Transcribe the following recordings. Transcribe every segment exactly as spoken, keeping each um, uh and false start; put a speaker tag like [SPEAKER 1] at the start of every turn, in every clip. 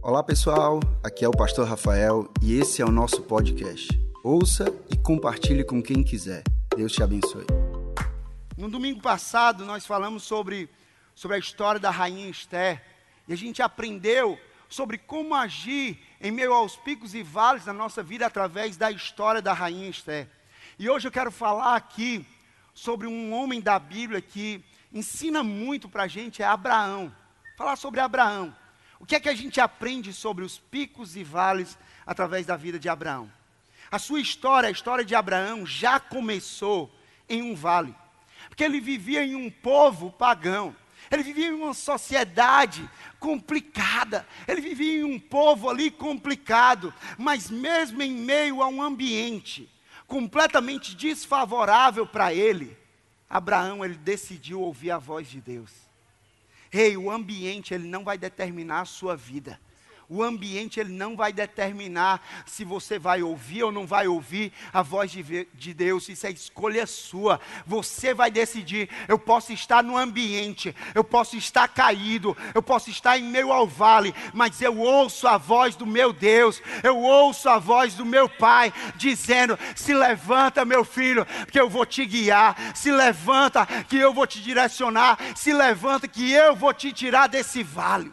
[SPEAKER 1] Olá pessoal, aqui é o pastor Rafael e esse é o nosso podcast. Ouça e compartilhe com quem quiser. Deus te abençoe.
[SPEAKER 2] No domingo passado nós falamos sobre, sobre a história da rainha Esther e a gente aprendeu sobre como agir em meio aos picos e vales da nossa vida através da história da rainha Esther. E hoje eu quero falar aqui sobre um homem da Bíblia que ensina muito para a gente, é Abraão. Falar sobre Abraão. O que é que a gente aprende sobre os picos e vales através da vida de Abraão? A sua história, a história de Abraão já começou em um vale. Porque ele vivia em um povo pagão. Ele vivia em uma sociedade complicada. Ele vivia em um povo ali complicado. Mas mesmo em meio a um ambiente completamente desfavorável para ele, Abraão ele decidiu ouvir a voz de Deus. Ei, o ambiente ele não vai determinar a sua vida. O ambiente ele não vai determinar se você vai ouvir ou não vai ouvir a voz de, de Deus. Isso é escolha sua. Você vai decidir. Eu posso estar no ambiente, eu posso estar caído, eu posso estar em meio ao vale, mas eu ouço a voz do meu Deus, eu ouço a voz do meu Pai, dizendo, se levanta meu filho, que eu vou te guiar, se levanta que eu vou te direcionar, se levanta que eu vou te tirar desse vale.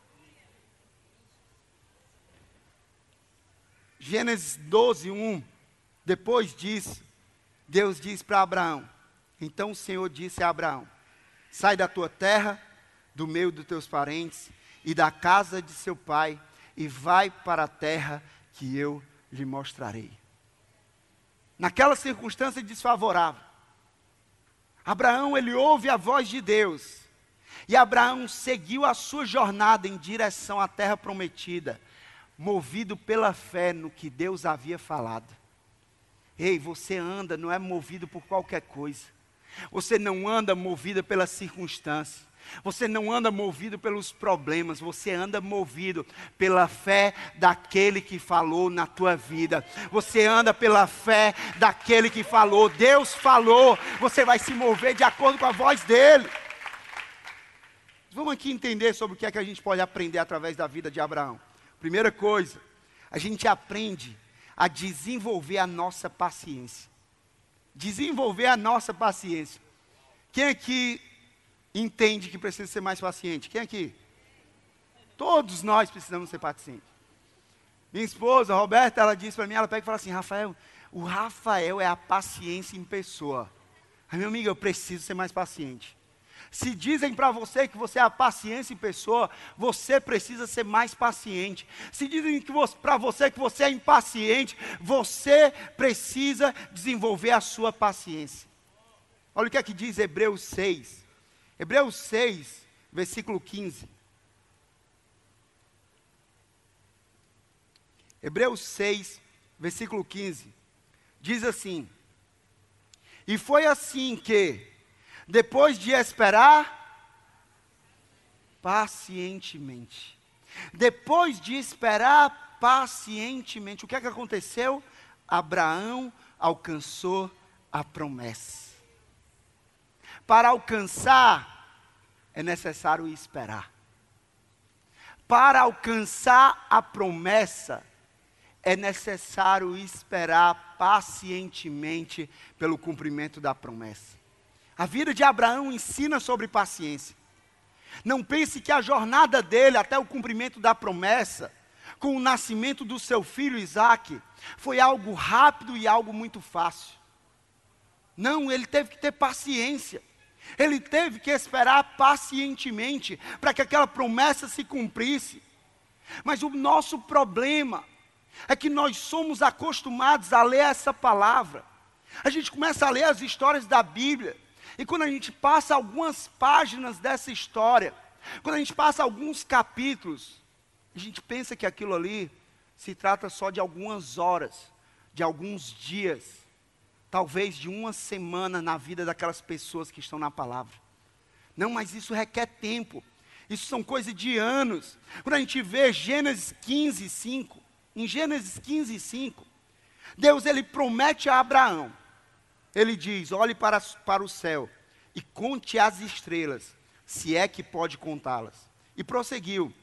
[SPEAKER 2] Gênesis doze, um, depois disso, Deus diz para Abraão, então o Senhor disse a Abraão, sai da tua terra, do meio dos teus parentes e da casa de seu pai e vai para a terra que eu lhe mostrarei. Naquela circunstância desfavorável, Abraão ele ouve a voz de Deus e Abraão seguiu a sua jornada em direção à terra prometida, movido pela fé no que Deus havia falado. Ei, você anda, não é movido por qualquer coisa. Você não anda movido pela circunstância. Você não anda movido pelos problemas. Você anda movido pela fé daquele que falou na tua vida. Você anda pela fé daquele que falou. Deus falou, você vai se mover de acordo com a voz dele. Vamos aqui entender sobre o que é que a gente pode aprender através da vida de Abraão. Primeira coisa, a gente aprende a desenvolver a nossa paciência. Desenvolver a nossa paciência. Quem aqui entende que precisa ser mais paciente? Quem aqui? Todos nós precisamos ser pacientes. Minha esposa, a Roberta, ela disse para mim, ela pega e fala assim, Rafael, o Rafael é a paciência em pessoa. Aí, meu amigo, eu preciso ser mais paciente. Se dizem para você que você é a paciência em pessoa, você precisa ser mais paciente. Se dizem para você que você é impaciente, você precisa desenvolver a sua paciência. Olha o que é que diz Hebreus seis. Hebreus seis, versículo quinze. Hebreus seis, versículo quinze. Diz assim, e foi assim que, depois de esperar pacientemente. Depois de esperar pacientemente, o que é que aconteceu? Abraão alcançou a promessa. Para alcançar, é necessário esperar. Para alcançar a promessa, é necessário esperar pacientemente pelo cumprimento da promessa. A vida de Abraão ensina sobre paciência. Não pense que a jornada dele até o cumprimento da promessa, com o nascimento do seu filho Isaque, foi algo rápido e algo muito fácil. Não, ele teve que ter paciência. Ele teve que esperar pacientemente para que aquela promessa se cumprisse. Mas o nosso problema é que nós somos acostumados a ler essa palavra. A gente começa a ler as histórias da Bíblia. E quando a gente passa algumas páginas dessa história, quando a gente passa alguns capítulos, a gente pensa que aquilo ali se trata só de algumas horas, de alguns dias, talvez de uma semana na vida daquelas pessoas que estão na palavra. Não, mas isso requer tempo, isso são coisas de anos. Quando a gente vê Gênesis quinze, cinco, em Gênesis quinze, cinco, Deus ele promete a Abraão, ele diz, olhe para, para o céu e conte as estrelas, se é que pode contá-las. E prosseguiu,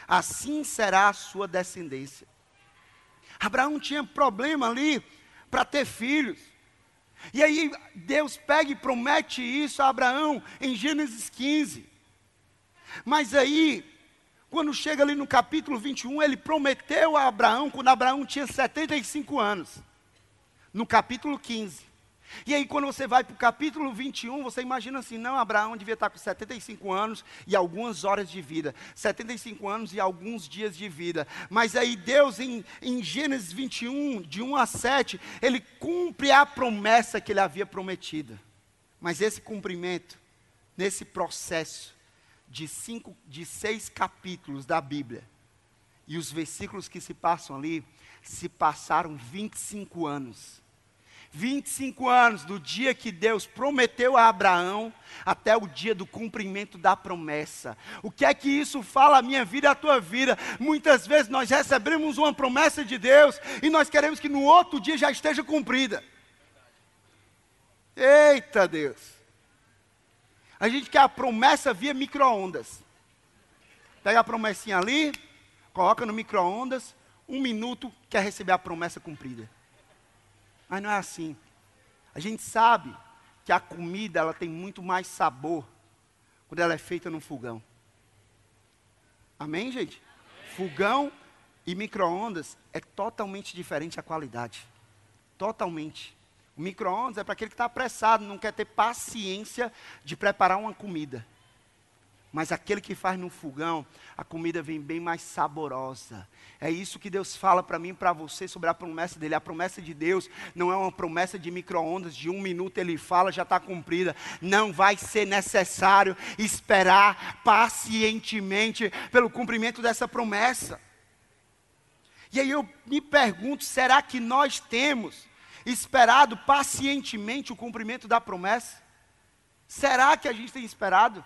[SPEAKER 2] assim será a sua descendência. Abraão tinha problema ali para ter filhos. E aí Deus pega e promete isso a Abraão em Gênesis quinze. Mas aí, quando chega ali no capítulo vinte e um, ele prometeu a Abraão, quando Abraão tinha setenta e cinco anos. No capítulo quinze. E aí quando você vai para o capítulo vinte e um, você imagina assim, não, Abraão devia estar com setenta e cinco anos e algumas horas de vida. setenta e cinco anos e alguns dias de vida. Mas aí Deus, em, em Gênesis vinte e um, de um a sete, ele cumpre a promessa que ele havia prometido. Mas esse cumprimento, nesse processo de, cinco, de seis capítulos da Bíblia, e os versículos que se passam ali, se passaram vinte e cinco anos. vinte e cinco anos do dia que Deus prometeu a Abraão até o dia do cumprimento da promessa. O que é que isso fala a minha vida e a tua vida? Muitas vezes nós recebemos uma promessa de Deus e nós queremos que no outro dia já esteja cumprida. Eita Deus! A gente quer a promessa via micro-ondas. Pega a promessinha ali, coloca no micro-ondas, um minuto, quer receber a promessa cumprida. Mas não é assim. A gente sabe que a comida ela tem muito mais sabor quando ela é feita no fogão. Amém, gente? Amém. Fogão e micro-ondas é totalmente diferente a qualidade. Totalmente. O micro-ondas é para aquele que está apressado, não quer ter paciência de preparar uma comida. Mas aquele que faz no fogão, a comida vem bem mais saborosa. É isso que Deus fala para mim e para você sobre a promessa dele. A promessa de Deus não é uma promessa de micro-ondas, de um minuto ele fala, já está cumprida. Não vai ser necessário esperar pacientemente pelo cumprimento dessa promessa. E aí eu me pergunto, será que nós temos esperado pacientemente o cumprimento da promessa? Será que a gente tem esperado?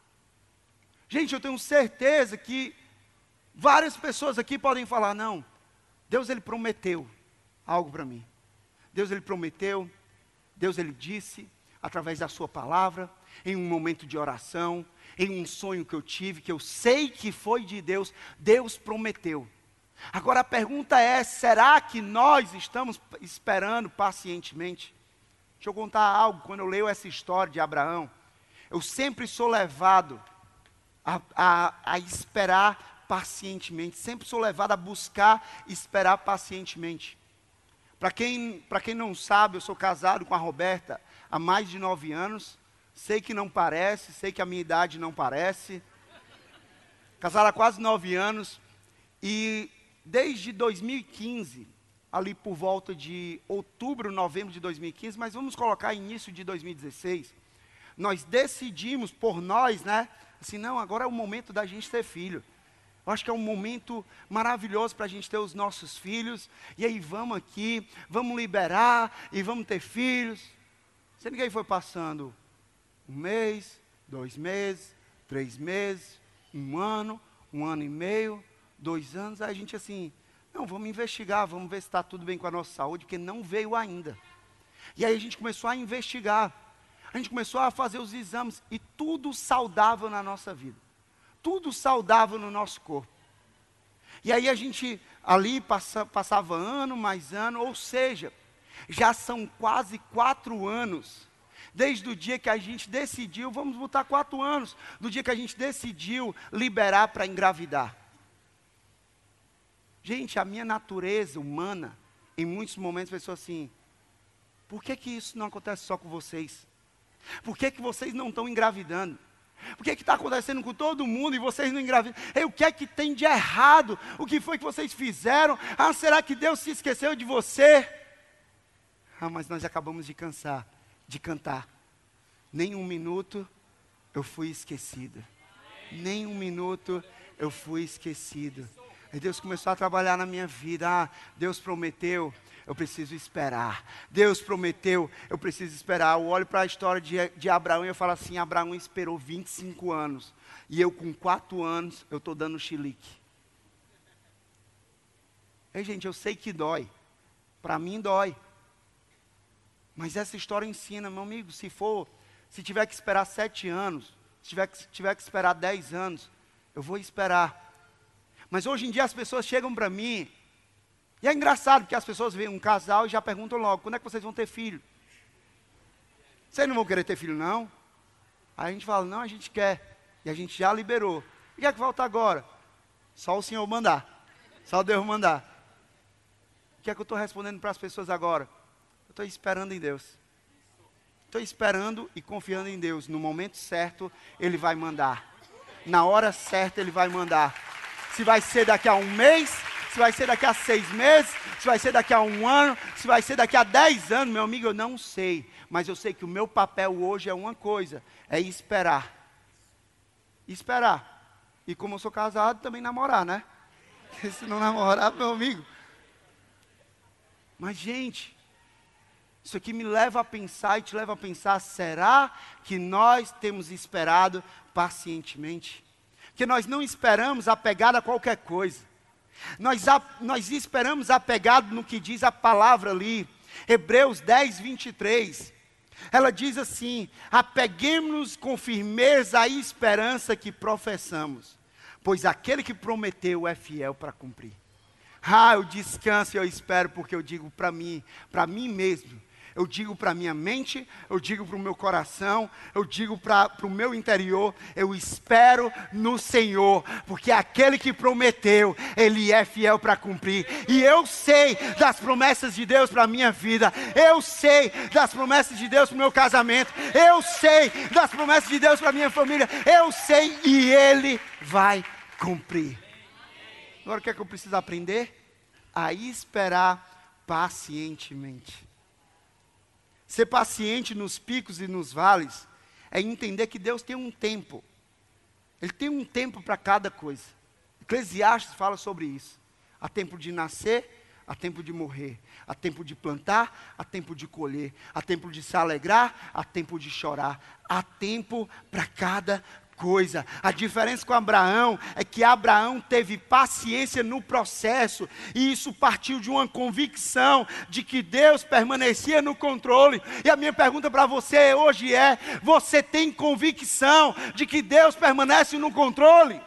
[SPEAKER 2] Gente, eu tenho certeza que várias pessoas aqui podem falar, não, Deus ele prometeu algo para mim. Deus ele prometeu, Deus ele disse, através da sua palavra, em um momento de oração, em um sonho que eu tive, que eu sei que foi de Deus, Deus prometeu. Agora a pergunta é, será que nós estamos esperando pacientemente? Deixa eu contar algo, quando eu leio essa história de Abraão, eu sempre sou levado A, a, a esperar pacientemente, sempre sou levado a buscar esperar pacientemente. Para quem, para quem não sabe, eu sou casado com a Roberta há mais de nove anos, sei que não parece, sei que a minha idade não parece, casado há quase nove anos, e desde dois mil e quinze, ali por volta de outubro, novembro de dois mil e quinze, mas vamos colocar início de dois mil e dezesseis, nós decidimos por nós, né, assim, não, agora é o momento da gente ter filho. Eu acho que é um momento maravilhoso para a gente ter os nossos filhos. E aí vamos aqui, vamos liberar e vamos ter filhos. Sendo que aí foi passando um mês, dois meses, três meses, um ano, um ano e meio, dois anos. Aí a gente assim, não, vamos investigar, vamos ver se está tudo bem com a nossa saúde, porque não veio ainda. E aí a gente começou a investigar. A gente começou a fazer os exames e tudo saudável na nossa vida. Tudo saudável no nosso corpo. E aí a gente ali passa, passava ano mais ano, ou seja, já são quase quatro anos, desde o dia que a gente decidiu, vamos botar quatro anos, do dia que a gente decidiu liberar para engravidar. Gente, a minha natureza humana, em muitos momentos, pensou assim, por que que isso não acontece só com vocês? Por que que vocês não estão engravidando? Por que que está acontecendo com todo mundo e vocês não engravidam? Ei, o que é que tem de errado? O que foi que vocês fizeram? Ah, será que Deus se esqueceu de você? Ah, mas nós acabamos de cansar, de cantar. Nem um minuto eu fui esquecido. Nem um minuto eu fui esquecido. E Deus começou a trabalhar na minha vida. Ah, Deus prometeu, eu preciso esperar. Deus prometeu, eu preciso esperar. Eu olho para a história de, de Abraão e eu falo assim, Abraão esperou vinte e cinco anos. E eu com quatro anos, eu estou dando chilique. Ei, gente, eu sei que dói. Para mim dói. Mas essa história ensina, meu amigo, se for, se tiver que esperar sete anos, se tiver, se tiver que esperar dez anos, eu vou esperar. Mas hoje em dia as pessoas chegam para mim, e é engraçado porque as pessoas veem um casal e já perguntam logo, quando é que vocês vão ter filho? Vocês não vão querer ter filho não? Aí a gente fala, não, a gente quer, e a gente já liberou. E o que é que falta agora? Só o Senhor mandar, só Deus mandar. O que é que eu estou respondendo para as pessoas agora? Eu estou esperando em Deus. Estou esperando e confiando em Deus. No momento certo, Ele vai mandar. Na hora certa, Ele vai mandar. Se vai ser daqui a um mês, se vai ser daqui a seis meses, se vai ser daqui a um ano, se vai ser daqui a dez anos, meu amigo, eu não sei. Mas eu sei que o meu papel hoje é uma coisa, é esperar. Esperar. E como eu sou casado, também namorar, né? Porque se não namorar, meu amigo. Mas, gente, isso aqui me leva a pensar e te leva a pensar, será que nós temos esperado pacientemente? Porque nós não esperamos apegado a qualquer coisa. Nós, a, nós esperamos apegado no que diz a palavra ali. Hebreus dez, vinte e três. Ela diz assim, apeguemos-nos com firmeza à esperança que professamos, pois aquele que prometeu é fiel para cumprir. Ah, eu descanso e eu espero, porque eu digo para mim, para mim mesmo, eu digo para a minha mente, eu digo para o meu coração, eu digo para o meu interior, eu espero no Senhor, porque aquele que prometeu, Ele é fiel para cumprir. E eu sei das promessas de Deus para a minha vida, eu sei das promessas de Deus para o meu casamento, eu sei das promessas de Deus para a minha família, eu sei e Ele vai cumprir. Agora o que é que eu preciso aprender? A esperar pacientemente. Ser paciente nos picos e nos vales é entender que Deus tem um tempo. Ele tem um tempo para cada coisa. Eclesiastes fala sobre isso. Há tempo de nascer, há tempo de morrer. Há tempo de plantar, há tempo de colher. Há tempo de se alegrar, há tempo de chorar. Há tempo para cada coisa. A diferença com Abraão é que Abraão teve paciência no processo, e isso partiu de uma convicção de que Deus permanecia no controle. E a minha pergunta para você hoje é, você tem convicção de que Deus permanece no controle?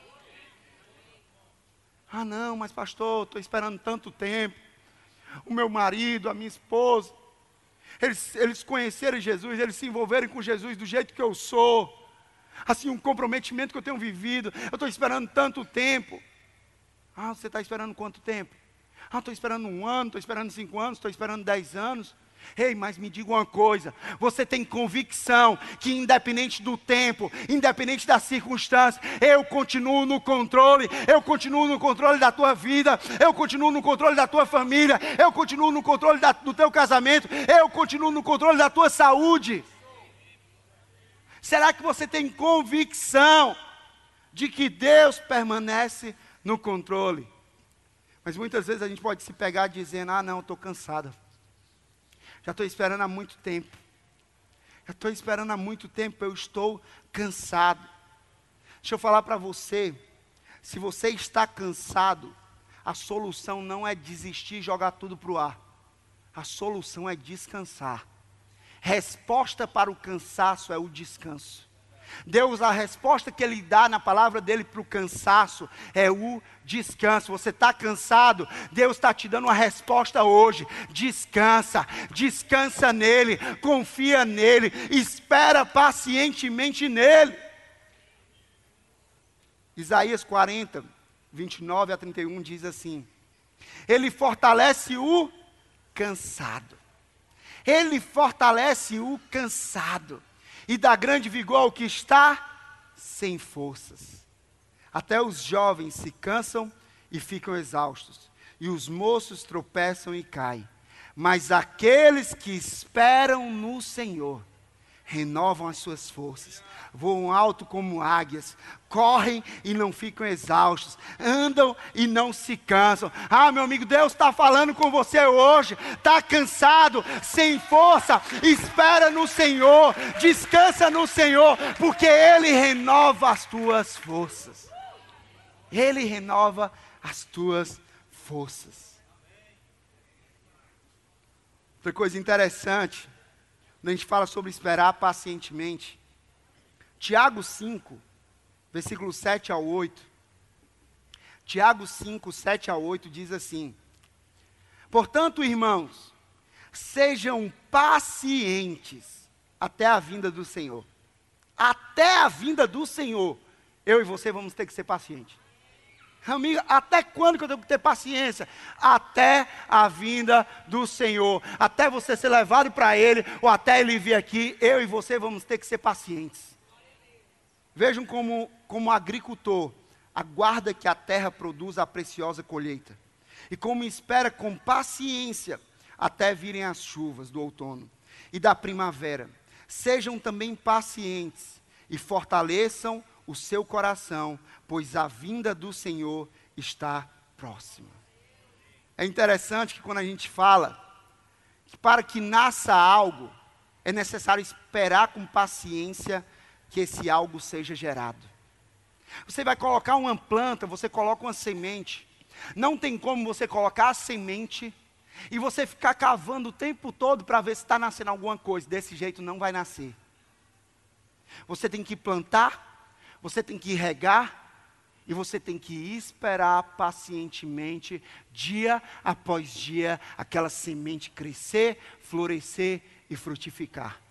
[SPEAKER 2] Ah não, mas pastor, estou esperando tanto tempo. O meu marido, a minha esposa, eles, eles conheceram Jesus, eles se envolveram com Jesus do jeito que eu sou. Assim, um comprometimento que eu tenho vivido, eu estou esperando tanto tempo. Ah, você está esperando quanto tempo? Ah, estou esperando um ano, estou esperando cinco anos, estou esperando dez anos. Ei, mas me diga uma coisa, você tem convicção que independente do tempo, independente da circunstância, eu continuo no controle, eu continuo no controle da tua vida, eu continuo no controle da tua família, eu continuo no controle da, do teu casamento, eu continuo no controle da tua saúde. Será que você tem convicção de que Deus permanece no controle? Mas muitas vezes a gente pode se pegar dizendo, ah não, estou cansada. Já estou esperando há muito tempo. Já estou esperando há muito tempo, eu estou cansado. Deixa eu falar para você, se você está cansado, a solução não é desistir e jogar tudo para o ar. A solução é descansar. Resposta para o cansaço é o descanso. Deus, a resposta que Ele dá na palavra dEle para o cansaço é o descanso. Você está cansado? Deus está te dando uma resposta hoje. Descansa, descansa nele, confia nele, espera pacientemente nele. Isaías quarenta, vinte e nove a trinta e um diz assim: Ele fortalece o cansado. Ele fortalece o cansado e dá grande vigor ao que está sem forças. Até os jovens se cansam e ficam exaustos, e os moços tropeçam e caem. Mas aqueles que esperam no Senhor renovam as suas forças, voam alto como águias, correm e não ficam exaustos, andam e não se cansam. Ah, meu amigo, Deus está falando com você hoje. Está cansado, sem força, espera no Senhor, descansa no Senhor, porque Ele renova as tuas forças. Ele renova as tuas forças. Outra coisa interessante, quando a gente fala sobre esperar pacientemente, Tiago cinco, versículos sete ao oito, Tiago cinco, sete a oito diz assim: portanto, irmãos, sejam pacientes até a vinda do Senhor. Até a vinda do Senhor, eu e você vamos ter que ser pacientes. Amiga, até quando que eu tenho que ter paciência? Até a vinda do Senhor. Até você ser levado para Ele, ou até Ele vir aqui, eu e você vamos ter que ser pacientes. Vejam como, como agricultor aguarda que a terra produza a preciosa colheita. E como espera com paciência até virem as chuvas do outono e da primavera. Sejam também pacientes e fortaleçam o seu coração, pois a vinda do Senhor está próxima. É interessante que quando a gente fala que para que nasça algo, é necessário esperar com paciência que esse algo seja gerado. Você vai colocar uma planta, você coloca uma semente. Não tem como você colocar a semente e você ficar cavando o tempo todo para ver se está nascendo alguma coisa. Desse jeito não vai nascer. Você tem que plantar, você tem que regar, e você tem que esperar pacientemente, dia após dia, aquela semente crescer, florescer e frutificar.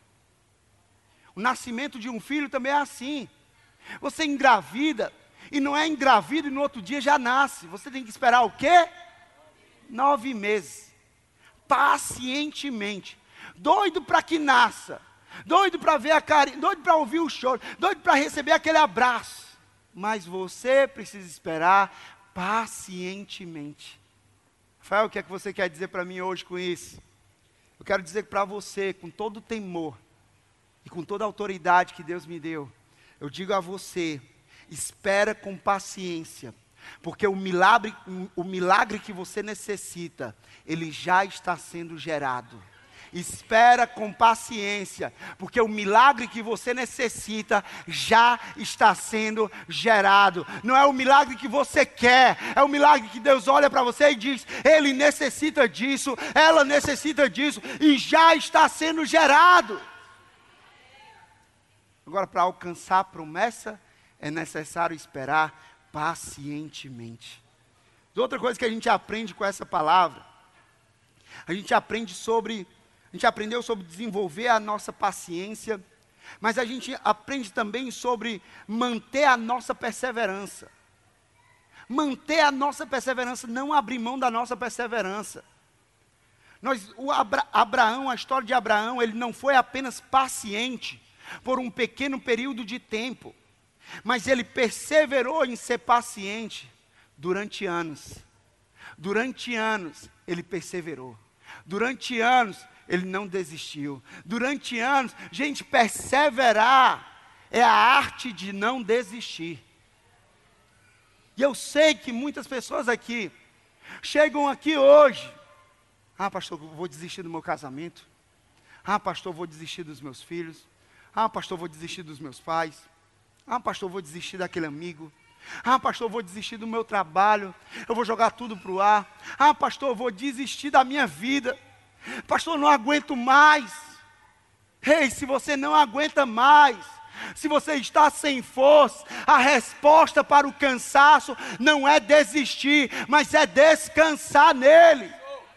[SPEAKER 2] O nascimento de um filho também é assim. Você engravida, e não é engravida e no outro dia já nasce. Você tem que esperar o quê? Nove meses. Pacientemente. Doido para que nasça. Doido para ver a carinha, doido para ouvir o choro, doido para receber aquele abraço. Mas você precisa esperar pacientemente. Rafael, o que é que você quer dizer para mim hoje com isso? Eu quero dizer para você, com todo o temor e com toda a autoridade que Deus me deu, eu digo a você, espera com paciência, porque o milagre, o milagre que você necessita, ele já está sendo gerado. Espera com paciência, porque o milagre que você necessita já está sendo gerado. Não é o milagre que você quer, é o milagre que Deus olha para você e diz: ele necessita disso, ela necessita disso, e já está sendo gerado. Agora, para alcançar a promessa, é necessário esperar pacientemente. Outra coisa que a gente aprende com essa palavra, a gente aprende sobre... A gente aprendeu sobre desenvolver a nossa paciência, mas a gente aprende também sobre manter a nossa perseverança. Manter a nossa perseverança, não abrir mão da nossa perseverança. Nós, o Abra, Abraão, a história de Abraão, ele não foi apenas paciente por um pequeno período de tempo, mas ele perseverou em ser paciente durante anos. Durante anos, ele perseverou. Durante anos, ele não desistiu. Durante anos, gente, perseverar é a arte de não desistir. E eu sei que muitas pessoas aqui chegam aqui hoje: ah, pastor, vou desistir do meu casamento. Ah, pastor, vou desistir dos meus filhos. Ah, pastor, vou desistir dos meus pais. Ah, pastor, vou desistir daquele amigo. Ah, pastor, vou desistir do meu trabalho. Eu vou jogar tudo para o ar. Ah, pastor, vou desistir da minha vida. Pastor, não aguento mais. Ei, se você não aguenta mais, se você está sem força, a resposta para o cansaço não é desistir, mas é descansar nele.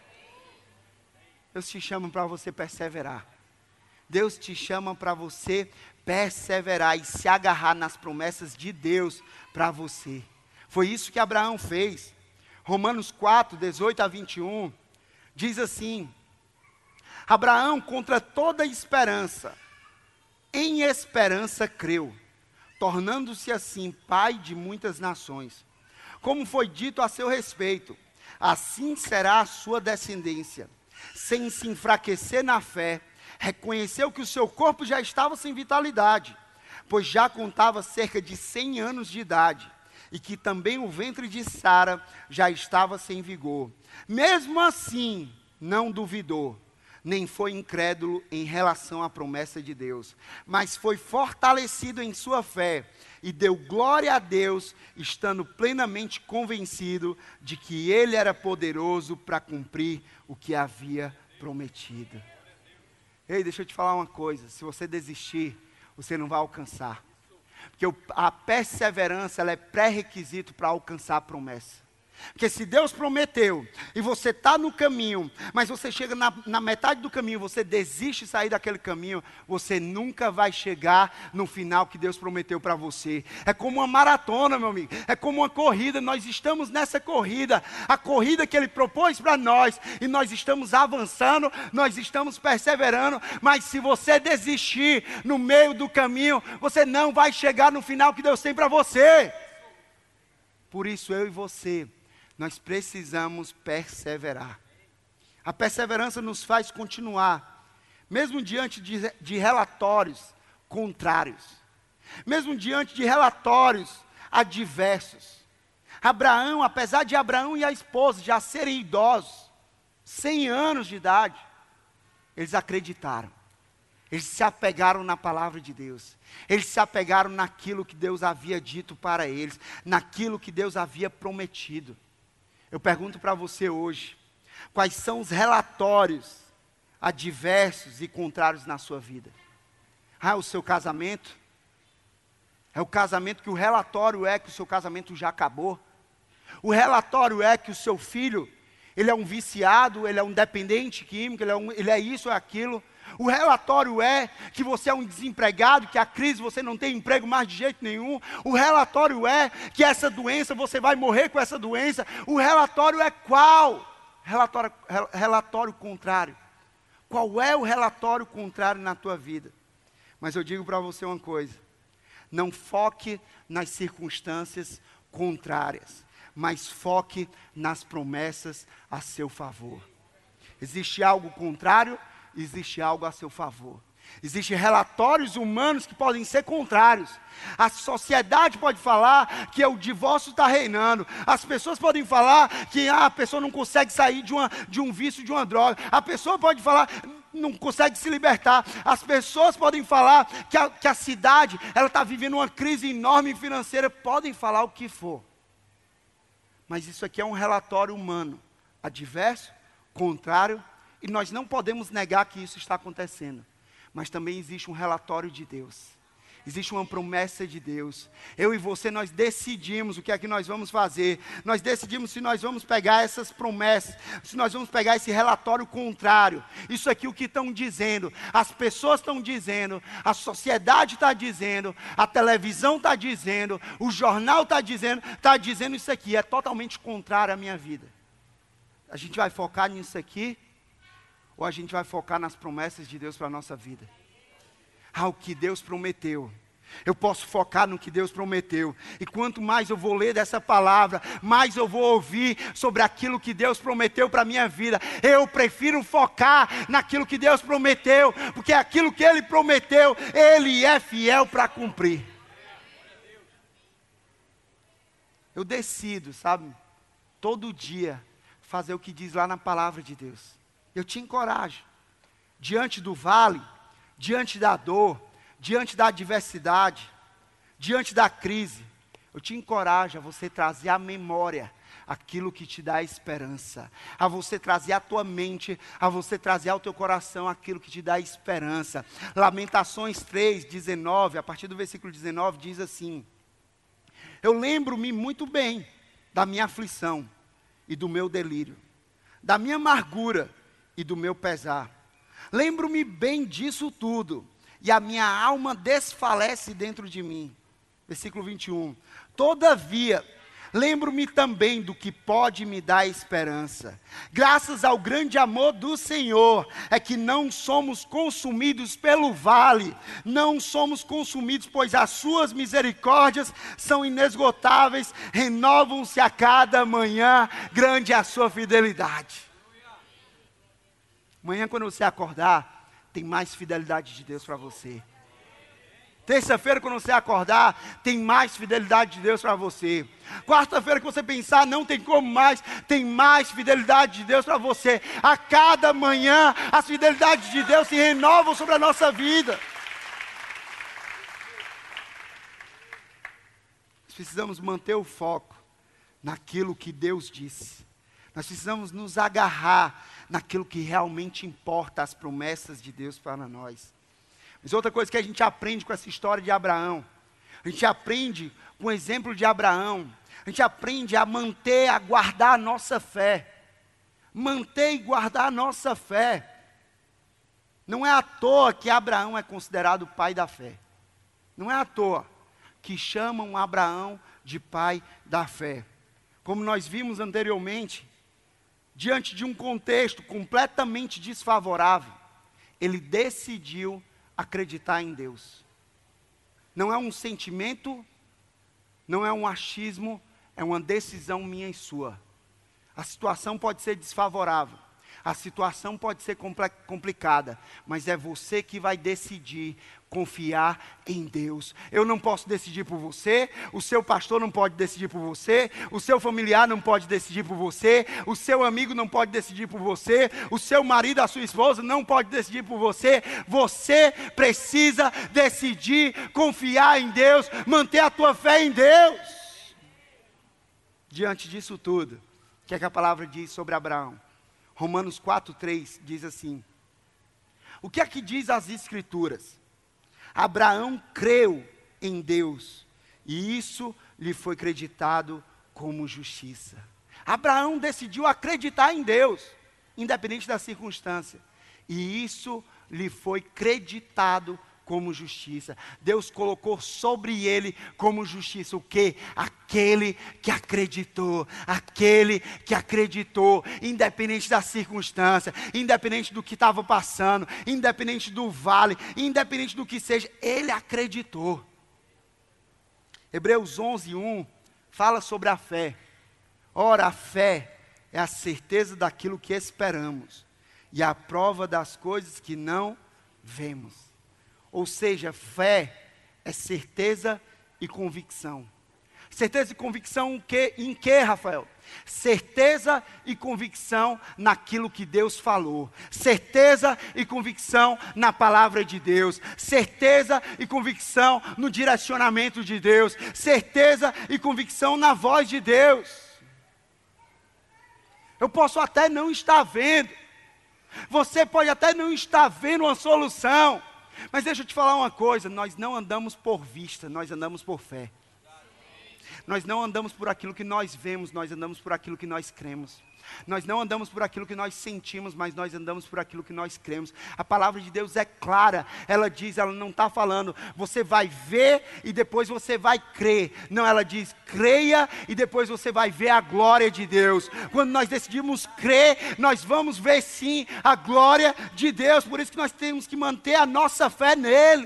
[SPEAKER 2] Deus te chama para você perseverar. Deus te chama para você perseverar e se agarrar nas promessas de Deus para você. Foi isso que Abraão fez. Romanos quatro, dezoito a vinte e um, diz assim: Abraão, contra toda esperança, em esperança creu, tornando-se assim pai de muitas nações. Como foi dito a seu respeito, assim será a sua descendência. Sem se enfraquecer na fé, reconheceu que o seu corpo já estava sem vitalidade, pois já contava cerca de cem anos de idade, e que também o ventre de Sara já estava sem vigor. Mesmo assim, não duvidou, nem foi incrédulo em relação à promessa de Deus, mas foi fortalecido em sua fé, e deu glória a Deus, estando plenamente convencido de que Ele era poderoso para cumprir o que havia prometido. Ei, deixa eu te falar uma coisa: se você desistir, você não vai alcançar. Porque a perseverança ela é pré-requisito para alcançar a promessa. Porque se Deus prometeu, e você está no caminho, mas você chega na, na metade do caminho, você desiste de sair daquele caminho, você nunca vai chegar no final que Deus prometeu para você. É como uma maratona, meu amigo, é como uma corrida, nós estamos nessa corrida, a corrida que Ele propôs para nós, e nós estamos avançando, nós estamos perseverando, mas se você desistir no meio do caminho, você não vai chegar no final que Deus tem para você. Por isso eu e você, nós precisamos perseverar. A perseverança nos faz continuar, mesmo diante de, de relatórios contrários, mesmo diante de relatórios adversos. Abraão, apesar de Abraão e a esposa já serem idosos, cem anos de idade, eles acreditaram. Eles se apegaram na palavra de Deus. Eles se apegaram naquilo que Deus havia dito para eles, naquilo que Deus havia prometido. Eu pergunto para você hoje, quais são os relatórios adversos e contrários na sua vida? Ah, o seu casamento? É o casamento que o relatório é que o seu casamento já acabou? O relatório é que o seu filho, ele é um viciado, ele é um dependente químico, ele é, um, ele é isso, é aquilo? O relatório é que você é um desempregado, que a crise você não tem emprego mais de jeito nenhum. O relatório é que essa doença, você vai morrer com essa doença. O relatório é qual? Relatório, relatório contrário. Qual é o relatório contrário na tua vida? Mas eu digo para você uma coisa. Não foque nas circunstâncias contrárias, mas foque nas promessas a seu favor. Existe algo contrário? Existe algo a seu favor. Existem relatórios humanos que podem ser contrários. A sociedade pode falar que o divórcio está reinando. As pessoas podem falar que ah, a pessoa não consegue sair de, uma, de um vício, de uma droga. A pessoa pode falar não consegue se libertar. As pessoas podem falar que a, que a cidade ela está vivendo uma crise enorme financeira. Podem falar o que for. Mas isso aqui é um relatório humano, adverso, contrário. E nós não podemos negar que isso está acontecendo. Mas também existe um relatório de Deus. Existe uma promessa de Deus. Eu e você, nós decidimos o que é que nós vamos fazer. Nós decidimos se nós vamos pegar essas promessas, se nós vamos pegar esse relatório contrário. Isso aqui o que estão dizendo, as pessoas estão dizendo, a sociedade está dizendo, a televisão está dizendo, o jornal está dizendo, está dizendo isso aqui, é totalmente contrário à minha vida. A gente vai focar nisso aqui? Ou a gente vai focar nas promessas de Deus para a nossa vida? Ah, o que Deus prometeu. Eu posso focar no que Deus prometeu. E quanto mais eu vou ler dessa palavra, mais eu vou ouvir sobre aquilo que Deus prometeu para a minha vida. Eu prefiro focar naquilo que Deus prometeu, porque aquilo que Ele prometeu, Ele é fiel para cumprir. Eu decido, sabe, todo dia, fazer o que diz lá na palavra de Deus. Eu te encorajo, diante do vale, diante da dor, diante da adversidade, diante da crise, eu te encorajo a você trazer à memória aquilo que te dá esperança, a você trazer à tua mente, a você trazer ao teu coração aquilo que te dá esperança. Lamentações três, dezenove, a partir do versículo dezenove, diz assim: eu lembro-me muito bem da minha aflição e do meu delírio, da minha amargura e do meu pesar. Lembro-me bem disso tudo, e a minha alma desfalece dentro de mim. Versículo vinte e um. Todavia, lembro-me também do que pode me dar esperança. Graças ao grande amor do Senhor, é que não somos consumidos pelo vale, não somos consumidos, pois as suas misericórdias são inesgotáveis, renovam-se a cada manhã, grande é a sua fidelidade. Amanhã, quando você acordar, tem mais fidelidade de Deus para você. Terça-feira, quando você acordar, tem mais fidelidade de Deus para você. Quarta-feira, que você pensar, não tem como mais, tem mais fidelidade de Deus para você. A cada manhã, as fidelidades de Deus se renovam sobre a nossa vida. Nós precisamos manter o foco naquilo que Deus disse. Nós precisamos nos agarrar naquilo que realmente importa, as promessas de Deus para nós. Mas outra coisa que a gente aprende com essa história de Abraão, A gente aprende com o exemplo de Abraão. A gente aprende a manter, a guardar a nossa fé. Manter e guardar a nossa fé. Não é à toa que Abraão é considerado o pai da fé. Não é à toa que chamam Abraão de pai da fé. Como nós vimos anteriormente, diante de um contexto completamente desfavorável, ele decidiu acreditar em Deus. Não é um sentimento, não é um achismo, é uma decisão minha e sua. A situação pode ser desfavorável, a situação pode ser complicada, mas é você que vai decidir confiar em Deus. Eu não posso decidir por você, o seu pastor não pode decidir por você, o seu familiar não pode decidir por você, o seu amigo não pode decidir por você, o seu marido, a sua esposa não pode decidir por você. Você precisa decidir confiar em Deus, manter a tua fé em Deus. Diante disso tudo, o que é que a palavra diz sobre Abraão? Romanos quatro, três diz assim: o que é que diz as Escrituras? Abraão creu em Deus, e isso lhe foi creditado como justiça. Abraão decidiu acreditar em Deus, independente da circunstância, e isso lhe foi creditado como justiça. Deus colocou sobre ele como justiça o quê? Aquele que acreditou, aquele que acreditou, independente da circunstância, independente do que estava passando, independente do vale, independente do que seja, ele acreditou. Hebreus onze, um fala sobre a fé. Ora, a fé é a certeza daquilo que esperamos e a prova das coisas que não vemos. Ou seja, fé é certeza e convicção. Certeza e convicção que, em que, Rafael? Certeza e convicção naquilo que Deus falou. Certeza e convicção na palavra de Deus. Certeza e convicção no direcionamento de Deus. Certeza e convicção na voz de Deus. Eu posso até não estar vendo. Você pode até não estar vendo uma solução. Mas deixa eu te falar uma coisa, nós não andamos por vista, nós andamos por fé. Nós não andamos por aquilo que nós vemos, nós andamos por aquilo que nós cremos. Nós não andamos por aquilo que nós sentimos, mas nós andamos por aquilo que nós cremos. A palavra de Deus é clara, ela diz, ela não está falando, você vai ver e depois você vai crer. Não, ela diz, creia e depois você vai ver a glória de Deus. Quando nós decidimos crer, nós vamos ver sim a glória de Deus. Por isso que nós temos que manter a nossa fé nele.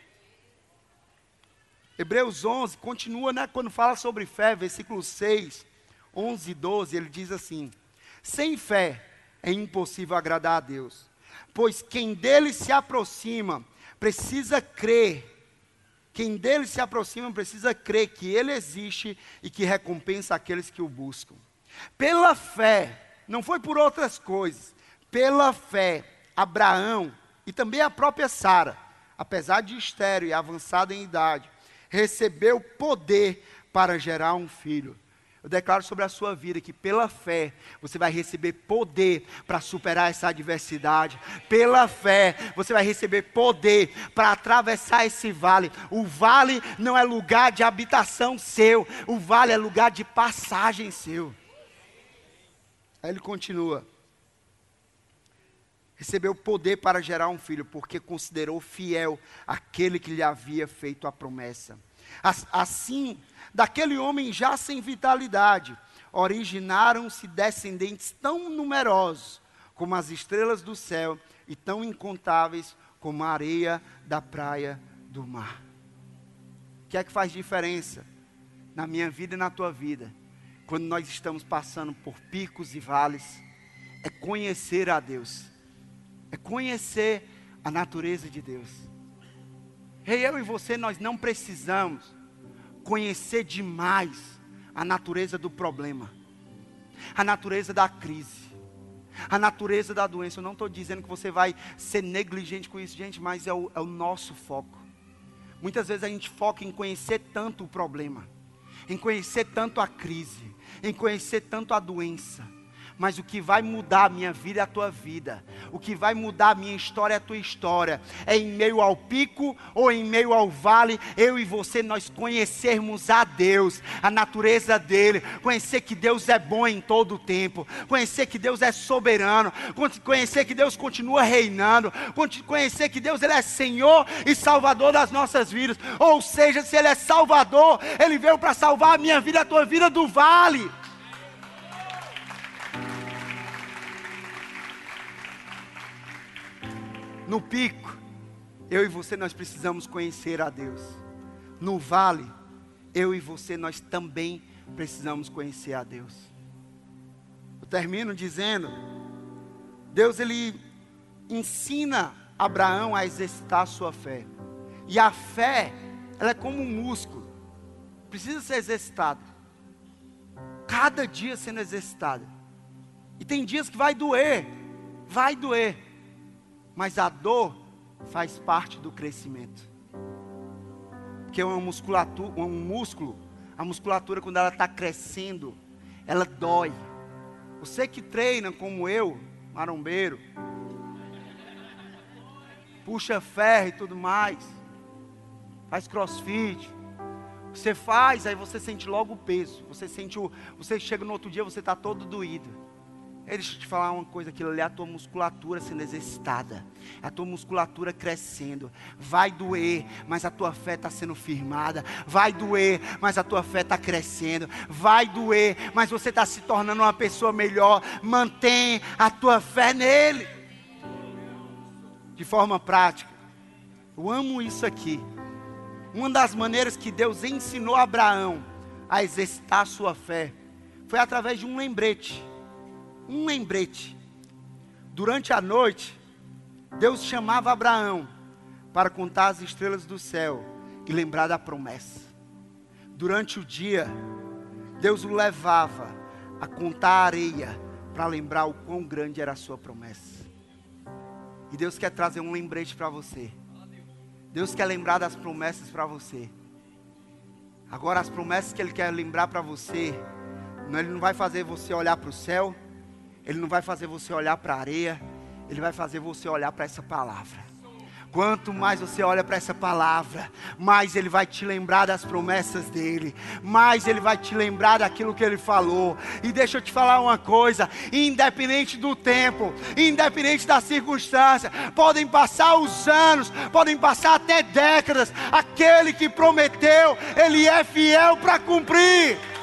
[SPEAKER 2] Hebreus onze, continua, né, quando fala sobre fé, versículo seis, onze e doze, ele diz assim: sem fé é impossível agradar a Deus, pois quem dele se aproxima precisa crer, quem dele se aproxima precisa crer que ele existe e que recompensa aqueles que o buscam. Pela fé, não foi por outras coisas, pela fé, Abraão e também a própria Sara, apesar de estéril e avançada em idade, recebeu poder para gerar um filho. Eu declaro sobre a sua vida que pela fé, você vai receber poder para superar essa adversidade. Pela fé, você vai receber poder para atravessar esse vale. O vale não é lugar de habitação seu, o vale é lugar de passagem seu. Aí ele continua. Recebeu poder para gerar um filho, porque considerou fiel aquele que lhe havia feito a promessa. Assim, daquele homem já sem vitalidade, originaram-se descendentes tão numerosos como as estrelas do céu e tão incontáveis como a areia da praia do mar. O que é que faz diferença na minha vida e na tua vida, quando nós estamos passando por picos e vales? É conhecer a Deus. É conhecer a natureza de Deus. Ei, eu e você, nós não precisamos conhecer demais a natureza do problema, a natureza da crise, a natureza da doença. Eu não estou dizendo que você vai ser negligente com isso, gente, mas é o, é o nosso foco. Muitas vezes a gente foca em conhecer tanto o problema, em conhecer tanto a crise, em conhecer tanto a doença. Mas o que vai mudar a minha vida é a tua vida. O que vai mudar a minha história é a tua história. É em meio ao pico ou em meio ao vale, eu e você, nós conhecermos a Deus, a natureza dEle. Conhecer que Deus é bom em todo o tempo. Conhecer que Deus é soberano. Conhecer que Deus continua reinando. Conhecer que Deus, Ele é Senhor e Salvador das nossas vidas. Ou seja, se Ele é Salvador, Ele veio para salvar a minha vida, a tua vida do vale. No pico, eu e você, nós precisamos conhecer a Deus. No vale, eu e você, nós também precisamos conhecer a Deus. Eu termino dizendo, Deus, Ele ensina Abraão a exercitar a sua fé. E a fé, ela é como um músculo, precisa ser exercitada. Cada dia sendo exercitada. E tem dias que vai doer, vai doer. Mas a dor faz parte do crescimento. Porque uma musculatura, um músculo, a musculatura quando ela está crescendo, ela dói. Você que treina como eu, marombeiro, puxa ferro e tudo mais, faz crossfit, você faz, aí você sente logo o peso, você sente o, você chega no outro dia, você está todo doído. Deixa eu te falar uma coisa, aquilo ali é a tua musculatura sendo exercitada, é a tua musculatura crescendo. Vai doer, mas a tua fé está sendo firmada. Vai doer, mas a tua fé está crescendo. Vai doer, mas você está se tornando uma pessoa melhor. Mantém a tua fé nele. De forma prática, eu amo isso aqui. Uma das maneiras que Deus ensinou Abraão a exercitar a sua fé foi através de um lembrete. Um lembrete. Durante a noite, Deus chamava Abraão para contar as estrelas do céu e lembrar da promessa. Durante o dia, Deus o levava a contar a areia para lembrar o quão grande era a sua promessa. E Deus quer trazer um lembrete para você. Deus quer lembrar das promessas para você. Agora, as promessas que Ele quer lembrar para você, Ele não vai fazer você olhar para o céu, Ele não vai fazer você olhar para a areia, Ele vai fazer você olhar para essa palavra. Quanto mais você olha para essa palavra, mais Ele vai te lembrar das promessas dEle, mais Ele vai te lembrar daquilo que Ele falou. E deixa eu te falar uma coisa, independente do tempo, independente da circunstância, podem passar os anos, podem passar até décadas, aquele que prometeu, Ele é fiel para cumprir.